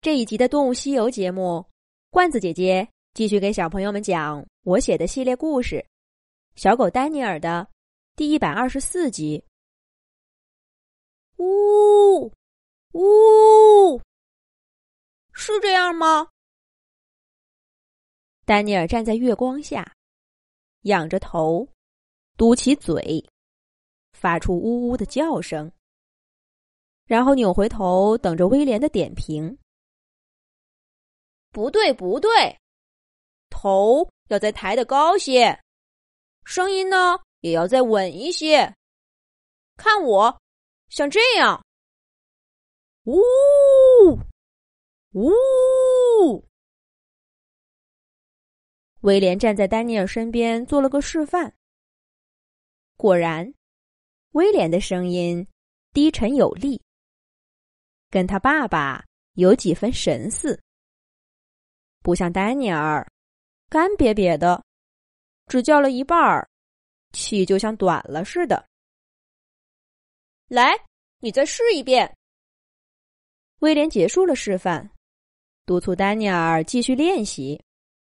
这一集的《动物西游》节目，罐子姐姐继续给小朋友们讲我写的系列故事《小狗丹尼尔》的第124集。呜呜，是这样吗？丹尼尔站在月光下，仰着头，嘟起嘴，发出呜呜的叫声，然后扭回头等着威廉的点评。不对不对，头要再抬得高些，声音呢也要再稳一些。看我，像这样。呜呜！威廉站在丹尼尔身边做了个示范。果然，威廉的声音低沉有力，跟他爸爸有几分神似。不像丹尼尔干瘪瘪的，只叫了一半儿，气就像短了似的。来，你再试一遍。威廉结束了示范，督促丹尼尔继续练习。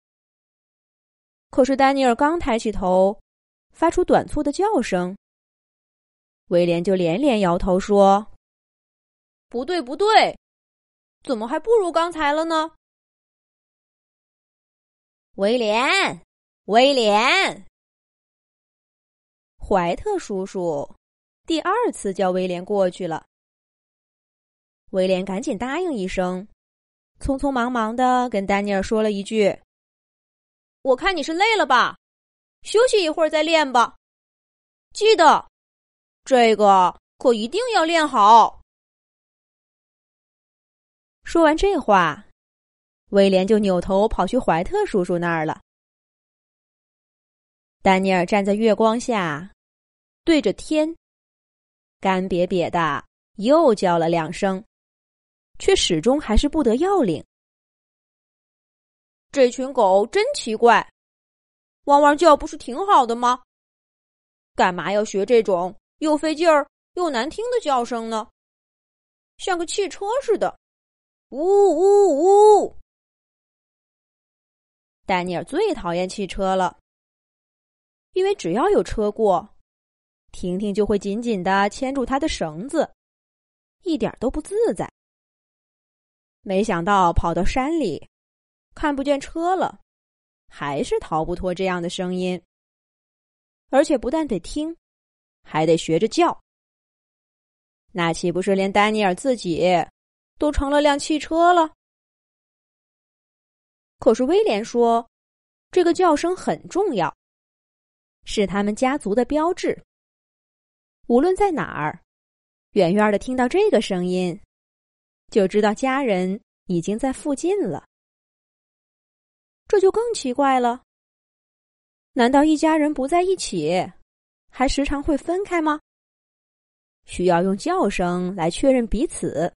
可是丹尼尔刚抬起头，发出短促的叫声，威廉就连连摇头说：不对不对，怎么还不如刚才了呢？威廉，威廉！怀特叔叔第二次叫威廉过去了。威廉赶紧答应一声，匆匆忙忙地跟丹尼尔说了一句：我看你是累了吧，休息一会儿再练吧。记得，这个可一定要练好。说完这话，威廉就扭头跑去怀特叔叔那儿了。丹尼尔站在月光下，对着天，干瘪瘪的又叫了2声，却始终还是不得要领。这群狗真奇怪，汪汪叫不是挺好的吗？干嘛要学这种又费劲儿又难听的叫声呢？像个汽车似的，呜呜呜！丹尼尔最讨厌汽车了，因为只要有车过，婷婷就会紧紧地牵住他的绳子，一点都不自在。没想到跑到山里，看不见车了，还是逃不脱这样的声音，而且不但得听，还得学着叫。那岂不是连丹尼尔自己都成了辆汽车了？可是威廉说，这个叫声很重要，是他们家族的标志。无论在哪儿，远远的听到这个声音，就知道家人已经在附近了。这就更奇怪了，难道一家人不在一起，还时常会分开吗？需要用叫声来确认彼此。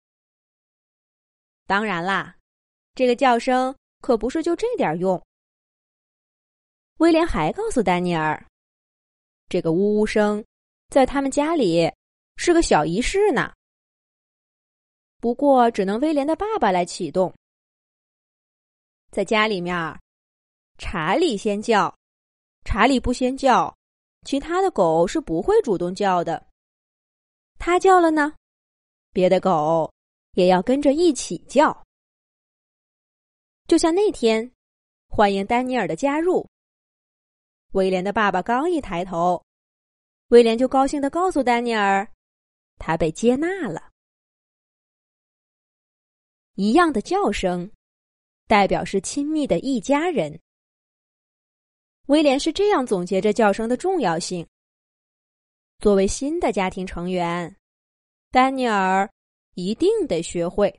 当然啦，这个叫声可不是就这点用。威廉还告诉丹尼尔，这个呜呜声在他们家里是个小仪式呢。不过只能威廉的爸爸来启动。在家里面，查理先叫，查理不先叫，其他的狗是不会主动叫的。他叫了呢，别的狗也要跟着一起叫。就像那天欢迎丹尼尔的加入，威廉的爸爸刚一抬头，威廉就高兴地告诉丹尼尔，他被接纳了。一样的叫声，代表是亲密的一家人。威廉是这样总结着叫声的重要性。作为新的家庭成员，丹尼尔一定得学会。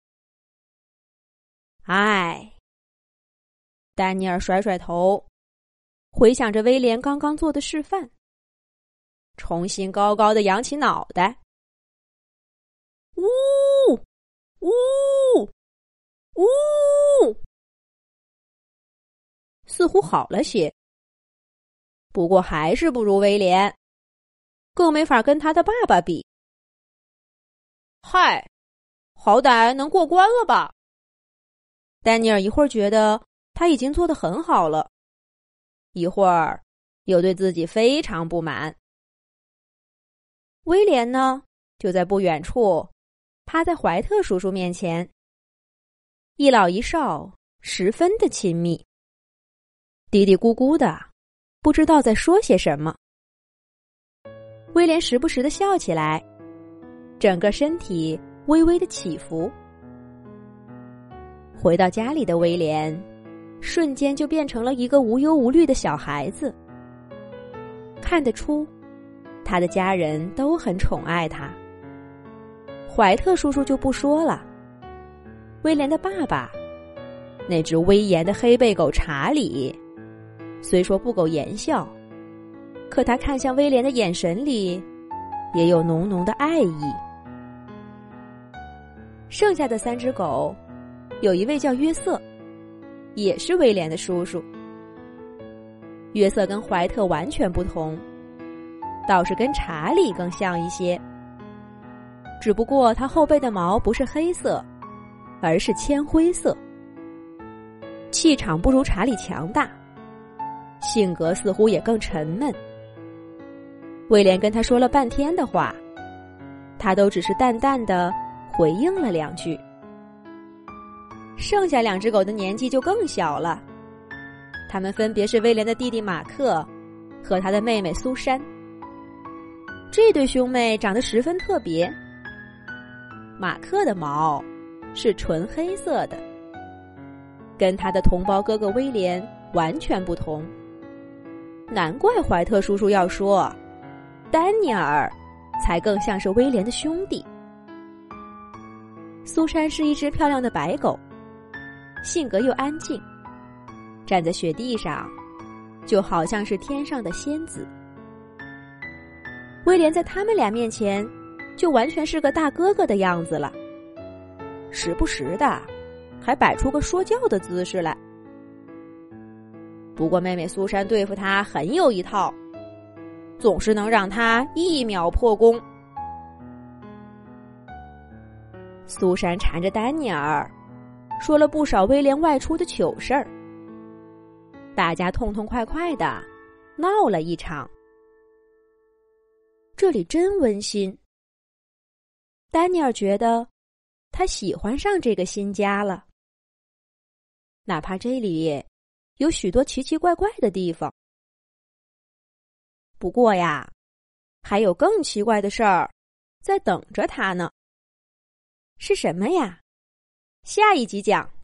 唉，丹尼尔甩甩头，回想着威廉刚刚做的示范，重新高高地扬起脑袋。呜呜呜，似乎好了些，不过还是不如威廉，更没法跟他的爸爸比。嗨， 好歹能过关了吧？丹尼尔一会儿觉得他已经做得很好了，一会儿又对自己非常不满。威廉呢，就在不远处，趴在怀特叔叔面前，一老一少，十分的亲密，嘀嘀咕咕的，不知道在说些什么。威廉时不时的笑起来，整个身体微微的起伏。回到家里的威廉，瞬间就变成了一个无忧无虑的小孩子。看得出，他的家人都很宠爱他。怀特叔叔就不说了，威廉的爸爸，那只威严的黑背狗查理，虽说不苟言笑，可他看向威廉的眼神里也有浓浓的爱意。剩下的3只狗，有一位叫约瑟，也是威廉的叔叔。约瑟跟怀特完全不同，倒是跟查理更像一些，只不过他后背的毛不是黑色，而是铅灰色。气场不如查理强大，性格似乎也更沉闷。威廉跟他说了半天的话，他都只是淡淡的回应了2句。剩下2只狗的年纪就更小了，他们分别是威廉的弟弟马克和他的妹妹苏珊。这对兄妹长得十分特别，马克的毛是纯黑色的，跟他的同胞哥哥威廉完全不同。难怪怀特叔叔要说，丹尼尔才更像是威廉的兄弟。苏珊是一只漂亮的白狗，性格又安静，站在雪地上就好像是天上的仙子。威廉在他们俩面前就完全是个大哥哥的样子了，时不时的还摆出个说教的姿势来。不过妹妹苏珊对付他很有一套，总是能让他1秒破功。苏珊缠着丹尼尔说了不少威廉外出的糗事儿，大家痛痛快快的闹了一场。这里真温馨。丹尼尔觉得他喜欢上这个新家了，哪怕这里有许多奇奇怪怪的地方。不过呀，还有更奇怪的事儿在等着他呢。是什么呀？下一集讲。